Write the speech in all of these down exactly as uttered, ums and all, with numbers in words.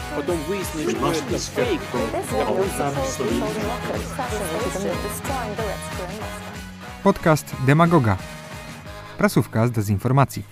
Потом выяснилось, что это фейк. Podcast Demagoga. Prasówka z dezinformacji.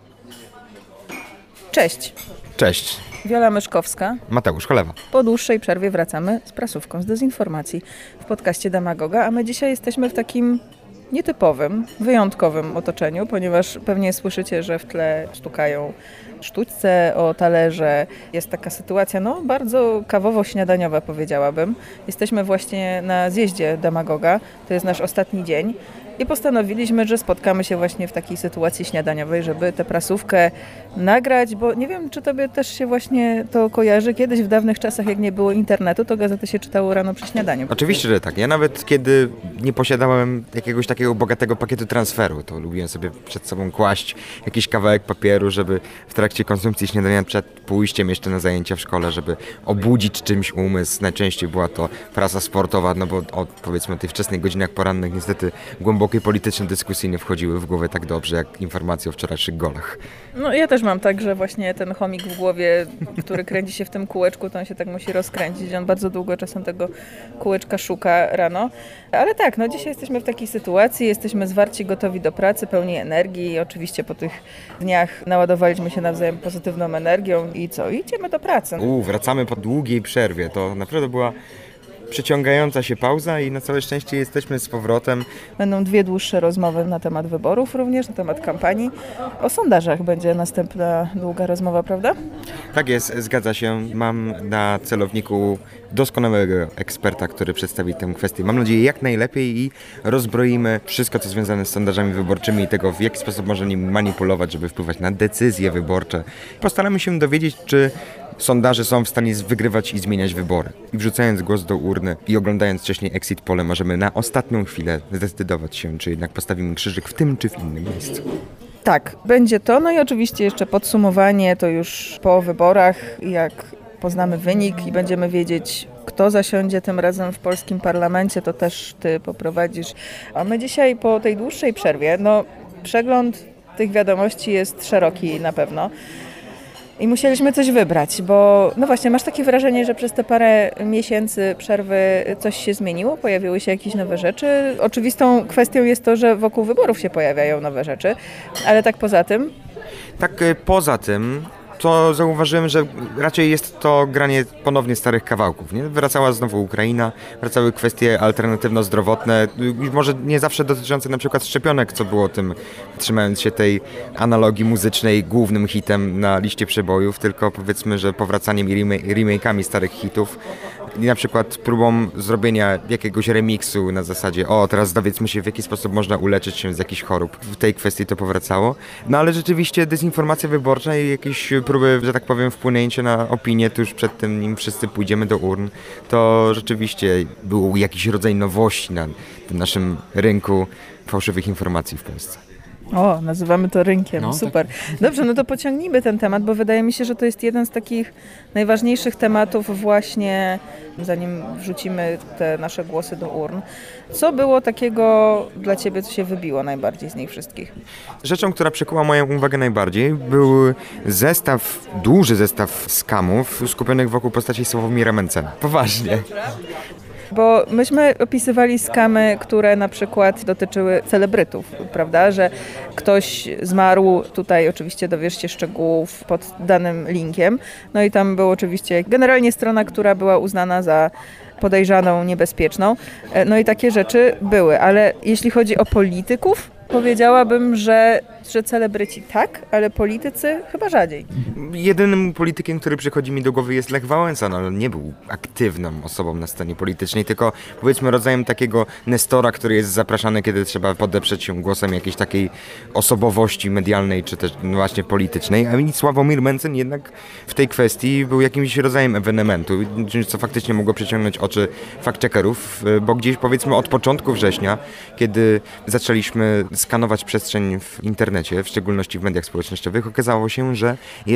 Cześć. Cześć. Wiola Myszkowska. Mateusz Cholewa. Po dłuższej przerwie wracamy z prasówką z dezinformacji w podcaście Demagoga, a my dzisiaj jesteśmy w takim nietypowym, wyjątkowym otoczeniu, ponieważ pewnie słyszycie, że w tle stukają sztućce o talerze. Jest taka sytuacja, no bardzo kawowo-śniadaniowa, powiedziałabym. Jesteśmy właśnie na zjeździe Demagoga, to jest nasz ostatni dzień i postanowiliśmy, że spotkamy się właśnie w takiej sytuacji śniadaniowej, żeby tę prasówkę nagrać, bo nie wiem, czy tobie też się właśnie to kojarzy. Kiedyś w dawnych czasach, jak nie było internetu, to gazety się czytało rano przy śniadaniu. Oczywiście, że tak. Ja nawet kiedy nie posiadałem jakiegoś takiego bogatego pakietu transferu, to lubiłem sobie przed sobą kłaść jakiś kawałek papieru, żeby w trakcie konsumpcji śniadania przed pójściem jeszcze na zajęcia w szkole, żeby obudzić czymś umysł. Najczęściej była to prasa sportowa, no bo od powiedzmy tych wczesnych godzinach porannych niestety głębokie polityczne dyskusje nie wchodziły w głowę tak dobrze jak informacje o wczorajszych golach. No ja też mam tak, że właśnie ten chomik w głowie, który kręci się w tym kółeczku, to on się tak musi rozkręcić. On bardzo długo czasem tego kółeczka szuka rano. Ale tak, no dzisiaj jesteśmy w takiej sytuacji, jesteśmy zwarci, gotowi do pracy, pełni energii. Oczywiście po tych dniach naładowaliśmy się nawzajem pozytywną energią i co? Idziemy do pracy. U, wracamy po długiej przerwie. To naprawdę była przeciągająca się pauza i na całe szczęście jesteśmy z powrotem. Będą dwie dłuższe rozmowy na temat wyborów również, na temat kampanii. O sondażach będzie następna długa rozmowa, prawda? Tak jest, zgadza się. Mam na celowniku doskonałego eksperta, który przedstawi tę kwestię. Mam nadzieję jak najlepiej i rozbroimy wszystko, co związane z sondażami wyborczymi i tego, w jaki sposób można nim manipulować, żeby wpływać na decyzje wyborcze. Postaramy się dowiedzieć, czy sondaże są w stanie wygrywać i zmieniać wybory. I wrzucając głos do urny i oglądając wcześniej exit pole, możemy na ostatnią chwilę zdecydować się, czy jednak postawimy krzyżyk w tym czy w innym miejscu. Tak, będzie to. No i oczywiście jeszcze podsumowanie to już po wyborach, jak poznamy wynik i będziemy wiedzieć, kto zasiądzie tym razem w polskim parlamencie, to też ty poprowadzisz. A my dzisiaj po tej dłuższej przerwie, no przegląd tych wiadomości jest szeroki na pewno. I musieliśmy coś wybrać, bo no właśnie, masz takie wrażenie, że przez te parę miesięcy przerwy coś się zmieniło, pojawiły się jakieś nowe rzeczy. Oczywistą kwestią jest to, że wokół wyborów się pojawiają nowe rzeczy, ale tak poza tym? Tak poza tym to zauważyłem, że raczej jest to granie ponownie starych kawałków. Nie? Wracała znowu Ukraina, wracały kwestie alternatywno-zdrowotne, może nie zawsze dotyczące na przykład szczepionek, co było tym, trzymając się tej analogii muzycznej, głównym hitem na liście przebojów, tylko powiedzmy, że powracaniem i remake'ami starych hitów i na przykład próbą zrobienia jakiegoś remiksu na zasadzie o, teraz dowiedzmy się, w jaki sposób można uleczyć się z jakichś chorób. W tej kwestii to powracało. No ale rzeczywiście dezinformacja wyborcza i jakieś próby, że tak powiem, wpłynięcia na opinię tuż przed tym, nim wszyscy pójdziemy do urn, to rzeczywiście był jakiś rodzaj nowości na tym naszym rynku fałszywych informacji w Polsce. O, nazywamy to rynkiem, no, super. Tak. Dobrze, no to pociągnijmy ten temat, bo wydaje mi się, że to jest jeden z takich najważniejszych tematów właśnie, zanim wrzucimy te nasze głosy do urn. Co było takiego dla ciebie, co się wybiło najbardziej z nich wszystkich? Rzeczą, która przykuła moją uwagę najbardziej, był zestaw, duży zestaw skamów skupionych wokół postaci Sławomira Mentzena. Poważnie. Bo myśmy opisywali skamy, które na przykład dotyczyły celebrytów, prawda, że ktoś zmarł, tutaj oczywiście dowiesz się szczegółów pod danym linkiem, no i tam była oczywiście generalnie strona, która była uznana za podejrzaną, niebezpieczną, no i takie rzeczy były, ale jeśli chodzi o polityków, powiedziałabym, że, że celebryci tak, ale politycy chyba rzadziej. Jedynym politykiem, który przychodzi mi do głowy jest Lech Wałęsa, no, ale nie był aktywną osobą na scenie politycznej, tylko powiedzmy rodzajem takiego nestora, który jest zapraszany, kiedy trzeba podeprzeć się głosem jakiejś takiej osobowości medialnej, czy też no właśnie politycznej, a i Sławomir Mentzen jednak w tej kwestii był jakimś rodzajem ewenementu, co faktycznie mogło przyciągnąć oczy fact-checkerów, bo gdzieś powiedzmy od początku września, kiedy zaczęliśmy skanować przestrzeń w internecie, w szczególności w mediach społecznościowych, okazało się, że jest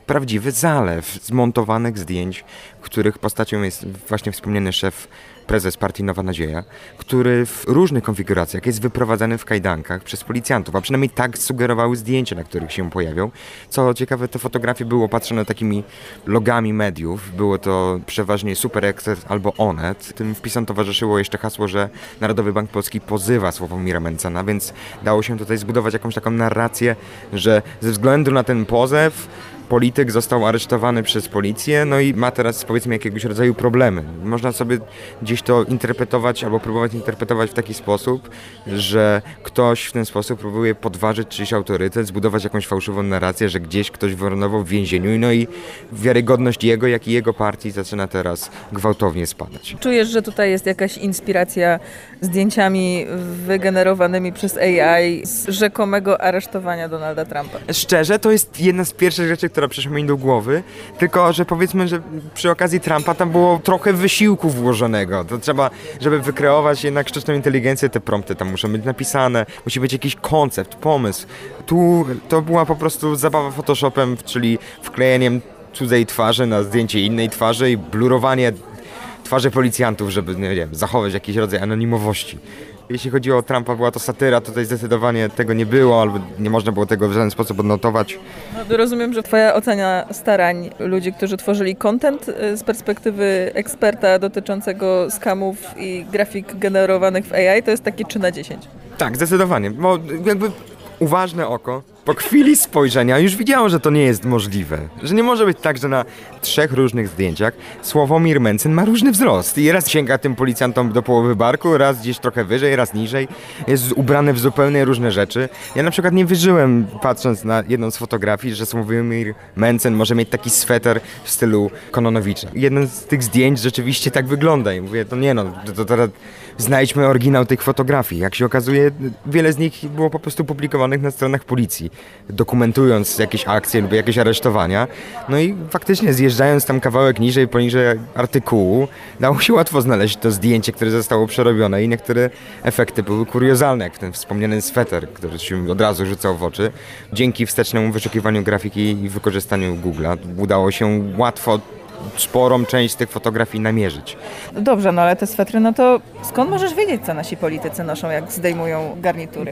prawdziwy zalew zmontowanych zdjęć, których postacią jest właśnie wspomniany szef, prezes partii Nowa Nadzieja, który w różnych konfiguracjach jest wyprowadzany w kajdankach przez policjantów, a przynajmniej tak sugerowały zdjęcia, na których się pojawiał. Co ciekawe, te fotografie były opatrzone takimi logami mediów. Było to przeważnie Super Express albo Onet. Tym wpisom towarzyszyło jeszcze hasło, że Narodowy Bank Polski pozywa Sławomira Mentzena, więc dało się tutaj zbudować jakąś taką narrację, że ze względu na ten pozew polityk został aresztowany przez policję, no i ma teraz, powiedzmy, jakiegoś rodzaju problemy. Można sobie gdzieś to interpretować albo próbować interpretować w taki sposób, że ktoś w ten sposób próbuje podważyć czyjś autorytet, zbudować jakąś fałszywą narrację, że gdzieś ktoś wylądował w więzieniu, no i wiarygodność jego, jak i jego partii zaczyna teraz gwałtownie spadać. Czujesz, że tutaj jest jakaś inspiracja zdjęciami wygenerowanymi przez A I z rzekomego aresztowania Donalda Trumpa? Szczerze, to jest jedna z pierwszych rzeczy, która przyszła mi do głowy, tylko że powiedzmy, że przy okazji Trumpa tam było trochę wysiłku włożonego. To trzeba, żeby wykreować jednak sztuczną inteligencję, te prompty tam muszą być napisane, musi być jakiś koncept, pomysł. Tu to była po prostu zabawa Photoshopem, czyli wklejeniem cudzej twarzy na zdjęcie innej twarzy i blurowanie twarzy policjantów, żeby, nie wiem, zachować jakiś rodzaj anonimowości. Jeśli chodzi o Trumpa, była to satyra, tutaj zdecydowanie tego nie było, albo nie można było tego w żaden sposób odnotować. No, rozumiem, że twoja ocena starań ludzi, którzy tworzyli content z perspektywy eksperta dotyczącego skamów i grafik generowanych w A I to jest takie trzy na dziesięć. Tak, zdecydowanie, bo jakby uważne oko po chwili spojrzenia już widziało, że to nie jest możliwe. Że nie może być tak, że na trzech różnych zdjęciach Sławomir Mentzen ma różny wzrost i raz sięga tym policjantom do połowy barku, raz gdzieś trochę wyżej, raz niżej. Jest ubrany w zupełnie różne rzeczy. Ja na przykład nie wierzyłem, patrząc na jedną z fotografii, że Sławomir Mentzen może mieć taki sweter w stylu Kononowicza. Jeden z tych zdjęć rzeczywiście tak wygląda i mówię, to nie no, to, to teraz znajdźmy oryginał tych fotografii. Jak się okazuje, wiele z nich było po prostu publikowanych na stronach policji, dokumentując jakieś akcje lub jakieś aresztowania. No i faktycznie zjeżdżając tam kawałek niżej, poniżej artykułu, dało się łatwo znaleźć to zdjęcie, które zostało przerobione i niektóre efekty były kuriozalne, jak ten wspomniany sweter, który się od razu rzucał w oczy. Dzięki wstecznemu wyszukiwaniu grafiki i wykorzystaniu Google'a udało się łatwo sporą część z tych fotografii namierzyć. Dobrze, no ale te swetry, no to skąd możesz wiedzieć, co nasi politycy noszą, jak zdejmują garnitury?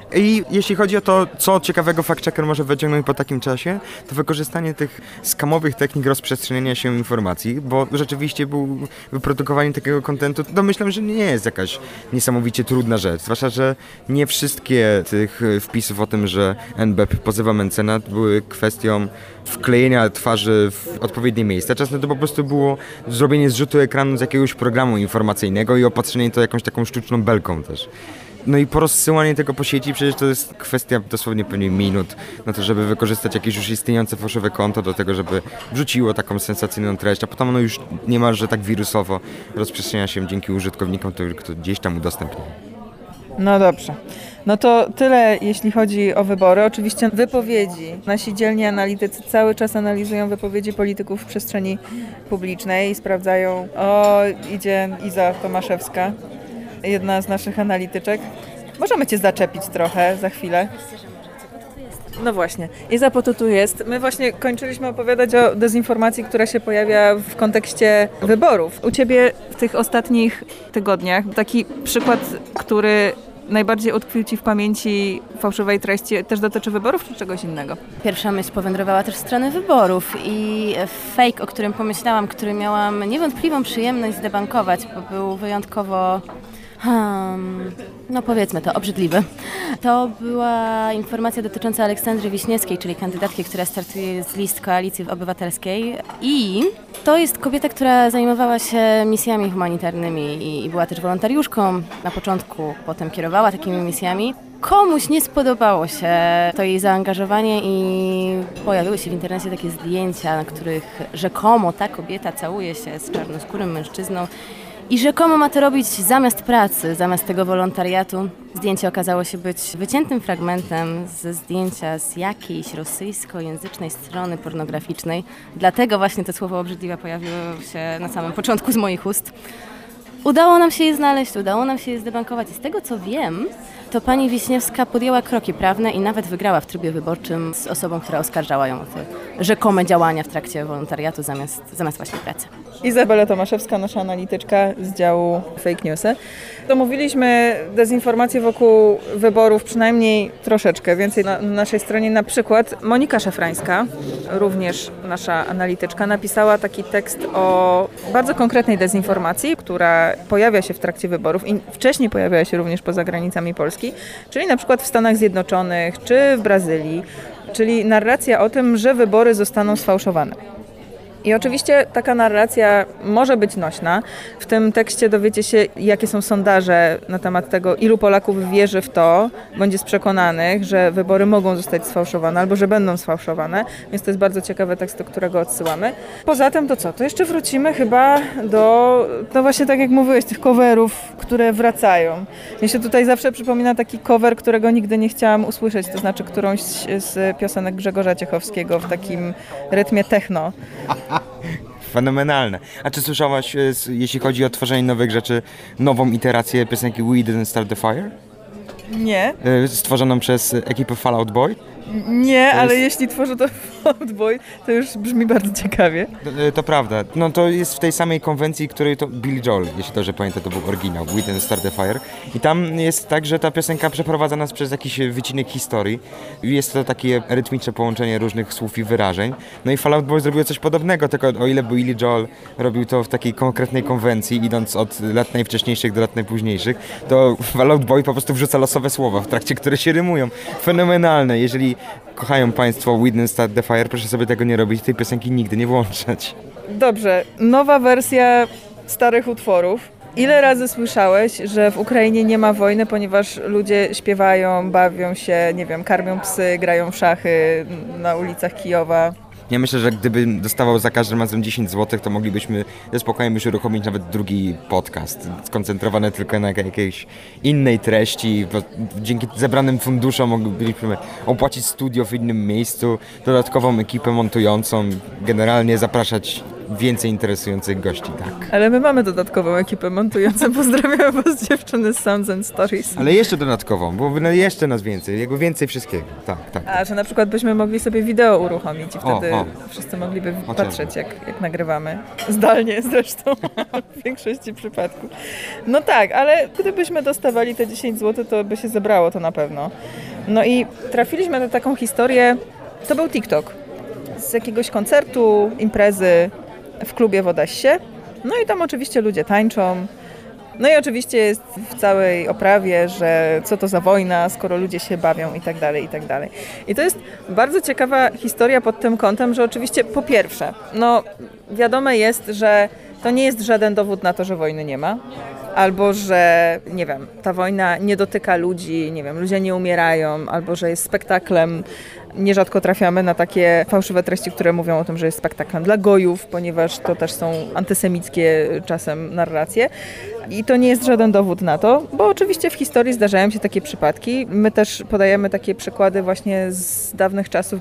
I jeśli chodzi o to, co ciekawego fact-checker może wyciągnąć po takim czasie, to wykorzystanie tych skamowych technik rozprzestrzeniania się informacji, bo rzeczywiście był wyprodukowanie takiego kontentu, domyślam, że nie jest jakaś niesamowicie trudna rzecz, zwłaszcza, że nie wszystkie tych wpisów o tym, że N B P pozywa Mentzena, były kwestią wklejenia twarzy w odpowiednie miejsca. Czasem to po prostu było zrobienie zrzutu ekranu z jakiegoś programu informacyjnego i opatrzenie to jakąś taką sztuczną belką też. No i porozsyłanie tego po sieci, przecież to jest kwestia dosłownie pewnie minut na to, żeby wykorzystać jakieś już istniejące fałszywe konto do tego, żeby wrzuciło taką sensacyjną treść, a potem ono już niemalże tak wirusowo rozprzestrzenia się dzięki użytkownikom, którzy gdzieś tam udostępniają. No dobrze. No to tyle, jeśli chodzi o wybory. Oczywiście wypowiedzi. Nasi dzielni analitycy cały czas analizują wypowiedzi polityków w przestrzeni publicznej i sprawdzają, o, idzie Iza Tomaszewska, jedna z naszych analityczek. Możemy cię zaczepić trochę za chwilę. No właśnie. Iza, po to tu jest. My właśnie kończyliśmy opowiadać o dezinformacji, która się pojawia w kontekście wyborów. U ciebie w tych ostatnich tygodniach taki przykład, który najbardziej utkwił ci w pamięci fałszywej treści, też dotyczy wyborów czy czegoś innego? Pierwsza myśl powędrowała też w stronę wyborów i fake, o którym pomyślałam, który miałam niewątpliwą przyjemność zdebankować, bo był wyjątkowo... Hmm, no powiedzmy to, obrzydliwy. To była informacja dotycząca Aleksandry Wiśniewskiej, czyli kandydatki, która startuje z list Koalicji Obywatelskiej. I to jest kobieta, która zajmowała się misjami humanitarnymi i była też wolontariuszką na początku, potem kierowała takimi misjami. Komuś nie spodobało się to jej zaangażowanie i pojawiły się w internecie takie zdjęcia, na których rzekomo ta kobieta całuje się z czarnoskórym mężczyzną. I rzekomo ma to robić zamiast pracy, zamiast tego wolontariatu. Zdjęcie okazało się być wyciętym fragmentem ze zdjęcia z jakiejś rosyjskojęzycznej strony pornograficznej. Dlatego właśnie to słowo obrzydliwe pojawiło się na samym początku z moich ust. Udało nam się je znaleźć, udało nam się je zdebankować. I z tego co wiem, to pani Wiśniewska podjęła kroki prawne i nawet wygrała w trybie wyborczym z osobą, która oskarżała ją o te rzekome działania w trakcie wolontariatu zamiast, zamiast właśnie pracy. Izabela Tomaszewska, nasza analityczka z działu Fake Newsy. Omówiliśmy dezinformację wokół wyborów przynajmniej troszeczkę, więcej na, na naszej stronie. Na przykład Monika Szafrańska, również nasza analityczka, napisała taki tekst o bardzo konkretnej dezinformacji, która pojawia się w trakcie wyborów i wcześniej pojawiała się również poza granicami Polski, czyli na przykład w Stanach Zjednoczonych czy w Brazylii, czyli narracja o tym, że wybory zostaną sfałszowane. I oczywiście taka narracja może być nośna. W tym tekście dowiecie się, jakie są sondaże na temat tego, ilu Polaków wierzy w to, bądź jest przekonanych, że wybory mogą zostać sfałszowane albo że będą sfałszowane. Więc to jest bardzo ciekawy tekst, do którego odsyłamy. Poza tym to co? To jeszcze wrócimy chyba do, no właśnie tak jak mówiłeś, tych coverów, które wracają. Mi się tutaj zawsze przypomina taki cover, którego nigdy nie chciałam usłyszeć, to znaczy którąś z piosenek Grzegorza Ciechowskiego w takim rytmie techno. Fenomenalne. A czy słyszałaś, jeśli chodzi o tworzenie nowych rzeczy, nową iterację piosenki We Didn't Start the Fire? Nie. Stworzoną przez ekipę Fall Out Boy? Nie, to ale jest... jeśli tworzę to Fall Out Boy, to już brzmi bardzo ciekawie. To, to prawda. No to jest w tej samej konwencji, której to Billy Joel, jeśli dobrze pamiętam, to był oryginał, We Didn't Start the Fire. I tam jest tak, że ta piosenka przeprowadza nas przez jakiś wycinek historii. Jest to takie rytmiczne połączenie różnych słów i wyrażeń. No i Fall Out Boy zrobiło coś podobnego, tylko o ile Billy Joel robił to w takiej konkretnej konwencji, idąc od lat najwcześniejszych do lat najpóźniejszych, to Fall Out Boy po prostu wrzuca losowe słowa, w trakcie które się rymują. Fenomenalne. Jeżeli kochają Państwo We Didn't Start the Fire, proszę sobie tego nie robić, tej piosenki nigdy nie włączać. Dobrze, nowa wersja starych utworów. Ile razy słyszałeś, że w Ukrainie nie ma wojny, ponieważ ludzie śpiewają, bawią się, nie wiem, karmią psy, grają w szachy na ulicach Kijowa? Ja myślę, że gdybym dostawał za każdym razem dziesięć złotych, to moglibyśmy ze spokojem już uruchomić nawet drugi podcast, skoncentrowany tylko na jakiejś innej treści. Bo dzięki zebranym funduszom moglibyśmy opłacić studio w innym miejscu, dodatkową ekipę montującą, generalnie zapraszać więcej interesujących gości, tak. Ale my mamy dodatkową ekipę montującą. Pozdrawiam was, dziewczyny z Sounds and Stories. Ale jeszcze dodatkową, bo no jeszcze nas więcej, jego więcej wszystkiego. Tak, tak. A, że na przykład byśmy mogli sobie wideo uruchomić i wtedy o, o. wszyscy mogliby Chociażby. patrzeć, jak, jak nagrywamy. Zdalnie zresztą, w większości przypadków. No tak, ale gdybyśmy dostawali te dziesięć złotych, to by się zebrało to na pewno. No i trafiliśmy na taką historię, to był TikTok. Z jakiegoś koncertu, imprezy w klubie w Odessie. No i tam oczywiście ludzie tańczą. No i oczywiście jest w całej oprawie, że co to za wojna, skoro ludzie się bawią i tak dalej, i tak dalej. I to jest bardzo ciekawa historia pod tym kątem, że oczywiście po pierwsze, no wiadome jest, że to nie jest żaden dowód na to, że wojny nie ma. Albo, że, nie wiem, ta wojna nie dotyka ludzi, nie wiem, ludzie nie umierają, albo, że jest spektaklem. Nierzadko trafiamy na takie fałszywe treści, które mówią o tym, że jest spektaklem dla gojów, ponieważ to też są antysemickie czasem narracje. I to nie jest żaden dowód na to, bo oczywiście w historii zdarzają się takie przypadki. My też podajemy takie przykłady właśnie z dawnych czasów,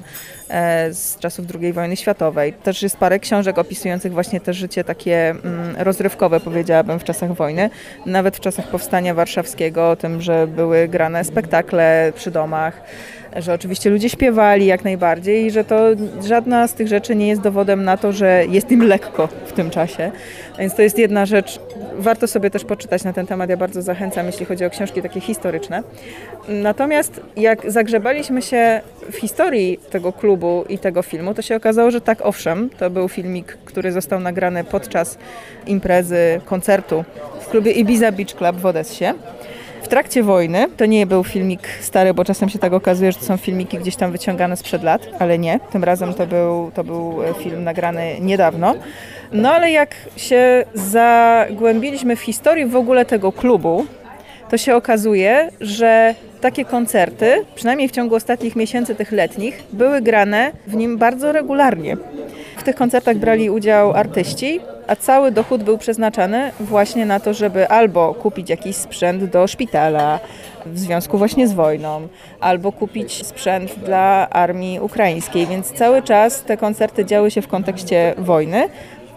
e, z czasów drugiej wojny światowej. Też jest parę książek opisujących właśnie te życie takie mm, rozrywkowe, powiedziałabym, w czasach wojny. Nawet w czasach Powstania Warszawskiego, o tym, że były grane spektakle przy domach, że oczywiście ludzie śpiewali jak najbardziej i że to żadna z tych rzeczy nie jest dowodem na to, że jest im lekko w tym czasie. Więc to jest jedna rzecz, warto sobie też poczytać na ten temat, ja bardzo zachęcam, jeśli chodzi o książki takie historyczne. Natomiast jak zagrzebaliśmy się w historii tego klubu i tego filmu, to się okazało, że tak, owszem, to był filmik, który został nagrany podczas imprezy, koncertu w klubie Ibiza Beach Club w Odessie. W trakcie wojny, to nie był filmik stary, bo czasem się tak okazuje, że to są filmiki gdzieś tam wyciągane sprzed lat, ale nie, tym razem to był, to był film nagrany niedawno. No ale jak się zagłębiliśmy w historię w ogóle tego klubu, to się okazuje, że takie koncerty, przynajmniej w ciągu ostatnich miesięcy tych letnich, były grane w nim bardzo regularnie. W tych koncertach brali udział artyści, a cały dochód był przeznaczany właśnie na to, żeby albo kupić jakiś sprzęt do szpitala w związku właśnie z wojną, albo kupić sprzęt dla armii ukraińskiej, więc cały czas te koncerty działy się w kontekście wojny.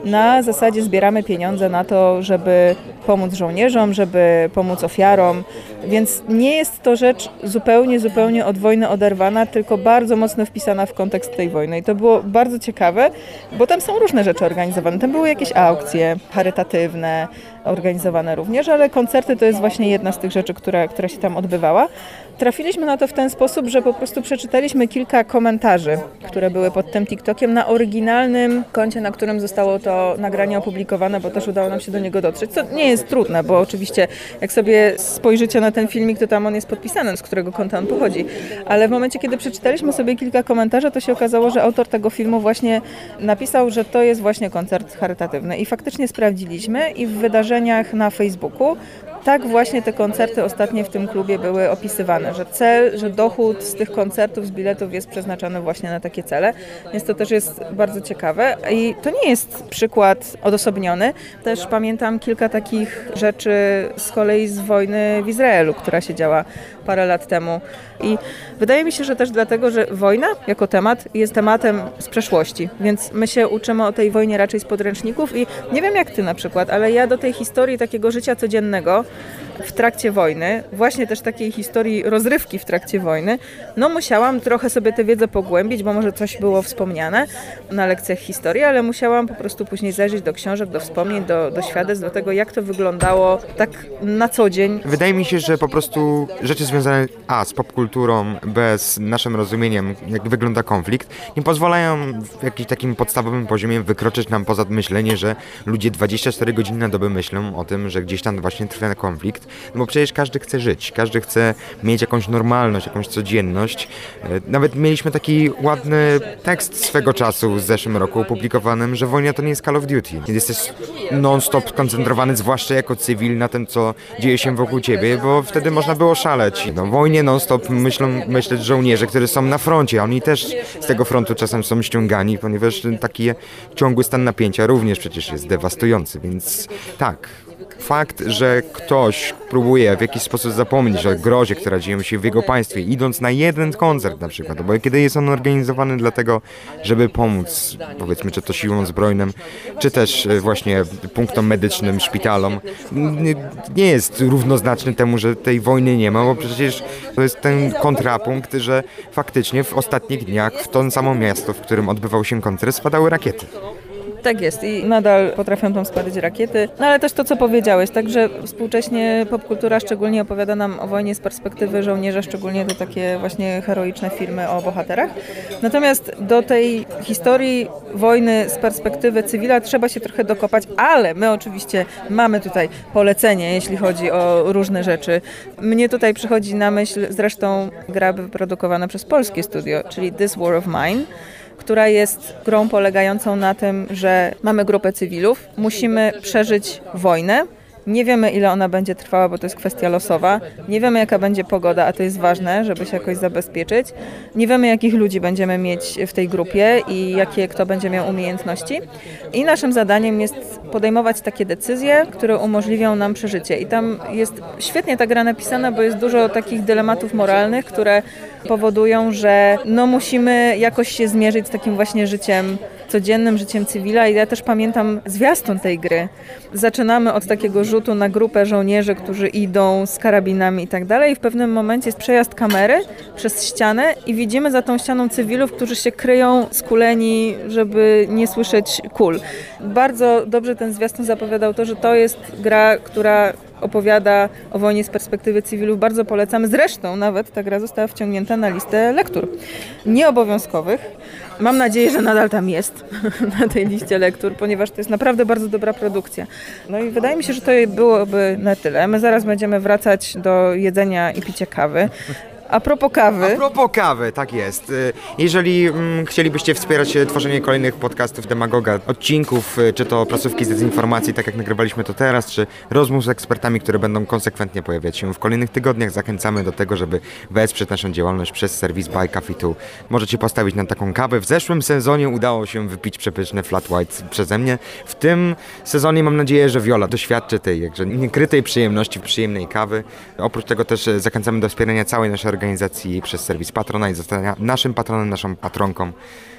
na zasadzie zbieramy pieniądze na to, żeby pomóc żołnierzom, żeby pomóc ofiarom, więc nie jest to rzecz zupełnie, zupełnie od wojny oderwana, tylko bardzo mocno wpisana w kontekst tej wojny i to było bardzo ciekawe, bo tam są różne rzeczy organizowane, tam były jakieś aukcje charytatywne, organizowane również, ale koncerty to jest właśnie jedna z tych rzeczy, która, która się tam odbywała. Trafiliśmy na to w ten sposób, że po prostu przeczytaliśmy kilka komentarzy, które były pod tym TikTokiem na oryginalnym koncie, na którym zostało to nagranie opublikowane, bo też udało nam się do niego dotrzeć, co nie jest trudne, bo oczywiście jak sobie spojrzycie na ten filmik, to tam on jest podpisany, z którego konta on pochodzi, ale w momencie, kiedy przeczytaliśmy sobie kilka komentarzy, to się okazało, że autor tego filmu właśnie napisał, że to jest właśnie koncert charytatywny i faktycznie sprawdziliśmy i w wydarzeniach na Facebooku tak właśnie te koncerty ostatnie w tym klubie były opisywane, że cel, że dochód z tych koncertów, z biletów jest przeznaczony właśnie na takie cele, więc to też jest bardzo ciekawe i to nie jest przykład odosobniony. Też pamiętam kilka takich rzeczy z kolei z wojny w Izraelu, która się działa parę lat temu i wydaje mi się, że też dlatego, że wojna jako temat jest tematem z przeszłości, więc my się uczymy o tej wojnie raczej z podręczników i nie wiem jak ty na przykład, ale ja do tej historii takiego życia codziennego w trakcie wojny, właśnie też takiej historii rozrywki w trakcie wojny, no musiałam trochę sobie tę wiedzę pogłębić, bo może coś było wspomniane na lekcjach historii, ale musiałam po prostu później zajrzeć do książek, do wspomnień, do, do świadectw, do tego, jak to wyglądało tak na co dzień. Wydaje mi się, że po prostu rzeczy związane a z popkulturą, b z naszym rozumieniem, jak wygląda konflikt, nie pozwalają w jakimś takim podstawowym poziomie wykroczyć nam poza myślenie, że ludzie dwadzieścia cztery godziny na dobę myślą o tym, że gdzieś tam właśnie trwa konflikt. No bo przecież każdy chce żyć, każdy chce mieć jakąś normalność, jakąś codzienność. Nawet mieliśmy taki ładny tekst swego czasu w zeszłym roku opublikowanym, że wojna to nie jest Call of Duty. Jesteś non-stop skoncentrowany, zwłaszcza jako cywil, na tym, co dzieje się wokół ciebie, bo wtedy można było szaleć. No, w wojnie non-stop myślą myśleć żołnierze, którzy są na froncie, a oni też z tego frontu czasem są ściągani, ponieważ taki ciągły stan napięcia również przecież jest dewastujący, więc tak. Fakt, że ktoś próbuje w jakiś sposób zapomnieć o grozie, która dzieje się w jego państwie, idąc na jeden koncert na przykład, bo kiedy jest on organizowany dlatego, żeby pomóc, powiedzmy, czy to siłom zbrojnym, czy też właśnie punktom medycznym, szpitalom, nie, nie jest równoznaczny temu, że tej wojny nie ma, bo przecież to jest ten kontrapunkt, że faktycznie w ostatnich dniach w to samo miasto, w którym odbywał się koncert, spadały rakiety. Tak jest i nadal potrafią tam spadać rakiety, no ale też to, co powiedziałeś, także współcześnie popkultura szczególnie opowiada nam o wojnie z perspektywy żołnierza, szczególnie to takie właśnie heroiczne filmy o bohaterach. Natomiast do tej historii wojny z perspektywy cywila trzeba się trochę dokopać, ale my oczywiście mamy tutaj polecenie, jeśli chodzi o różne rzeczy. Mnie tutaj przychodzi na myśl zresztą gra wyprodukowana przez polskie studio, czyli This War of Mine, która jest grą polegającą na tym, że mamy grupę cywilów, musimy przeżyć wojnę. Nie wiemy, ile ona będzie trwała, bo to jest kwestia losowa. Nie wiemy, jaka będzie pogoda, a to jest ważne, żeby się jakoś zabezpieczyć. Nie wiemy, jakich ludzi będziemy mieć w tej grupie i jakie kto będzie miał umiejętności. I naszym zadaniem jest podejmować takie decyzje, które umożliwią nam przeżycie. I tam jest świetnie ta gra napisana, bo jest dużo takich dylematów moralnych, które powodują, że no musimy jakoś się zmierzyć z takim właśnie życiem codziennym, życiem cywila. I ja też pamiętam zwiastun tej gry. Zaczynamy od takiego rzutu na grupę żołnierzy, którzy idą z karabinami i tak dalej. I w pewnym momencie jest przejazd kamery przez ścianę i widzimy za tą ścianą cywilów, którzy się kryją skuleni, żeby nie słyszeć kul. Bardzo dobrze ten zwiastun zapowiadał to, że to jest gra, która opowiada o wojnie z perspektywy cywilów. Bardzo polecamy. Zresztą nawet ta gra została wciągnięta na listę lektur nieobowiązkowych. Mam nadzieję, że nadal tam jest na tej liście lektur, ponieważ to jest naprawdę bardzo dobra produkcja. No i wydaje mi się, że to byłoby na tyle. My zaraz będziemy wracać do jedzenia i picia kawy. A propos kawy. A propos kawy, tak jest. Jeżeli mm, chcielibyście wspierać tworzenie kolejnych podcastów Demagoga, odcinków, czy to prasówki z dezinformacji, tak jak nagrywaliśmy to teraz, czy rozmów z ekspertami, które będą konsekwentnie pojawiać się w kolejnych tygodniach, zachęcamy do tego, żeby wesprzeć naszą działalność przez serwis Buy Coffee Tu. Możecie postawić na taką kawę. W zeszłym sezonie udało się wypić przepyszne flat white przeze mnie. W tym sezonie mam nadzieję, że Wiola doświadczy tej jakże niekrytej przyjemności, przyjemnej kawy. Oprócz tego też zachęcamy do wspierania całej naszej organizacji przez serwis Patrona i zostania naszym patronem, naszą patronką.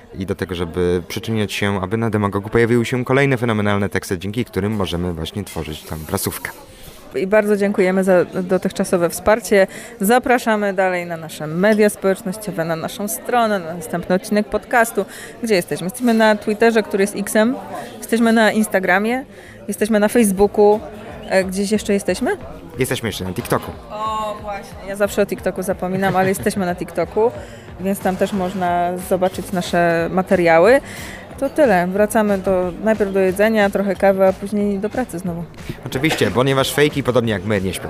i do tego, żeby przyczyniać się, aby na Demagogu pojawiły się kolejne fenomenalne teksty, dzięki którym możemy właśnie tworzyć tam prasówkę. I bardzo dziękujemy za dotychczasowe wsparcie. Zapraszamy dalej na nasze media społecznościowe, na naszą stronę, na następny odcinek podcastu. Gdzie jesteśmy? Jesteśmy na Twitterze, który jest X-em. Jesteśmy na Instagramie. Jesteśmy na Facebooku. Gdzieś jeszcze jesteśmy? Jesteśmy jeszcze na TikToku. O, właśnie. Ja zawsze o TikToku zapominam, ale jesteśmy na TikToku, więc tam też można zobaczyć nasze materiały. To tyle. Wracamy do, najpierw do jedzenia, trochę kawy, a później do pracy znowu. Oczywiście, ponieważ fejki, podobnie jak my, nie śpią.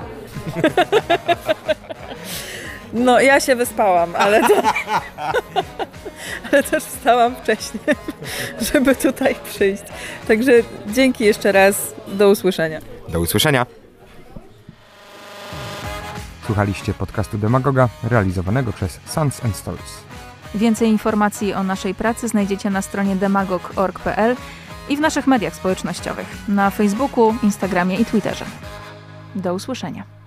No, ja się wyspałam, ale, to, ale też wstałam wcześniej, żeby tutaj przyjść. Także dzięki jeszcze raz. Do usłyszenia. Do usłyszenia. Słuchaliście podcastu Demagoga, realizowanego przez Sons and Stories. Więcej informacji o naszej pracy znajdziecie na stronie demagog kropka org kropka p l i w naszych mediach społecznościowych na Facebooku, Instagramie i Twitterze. Do usłyszenia.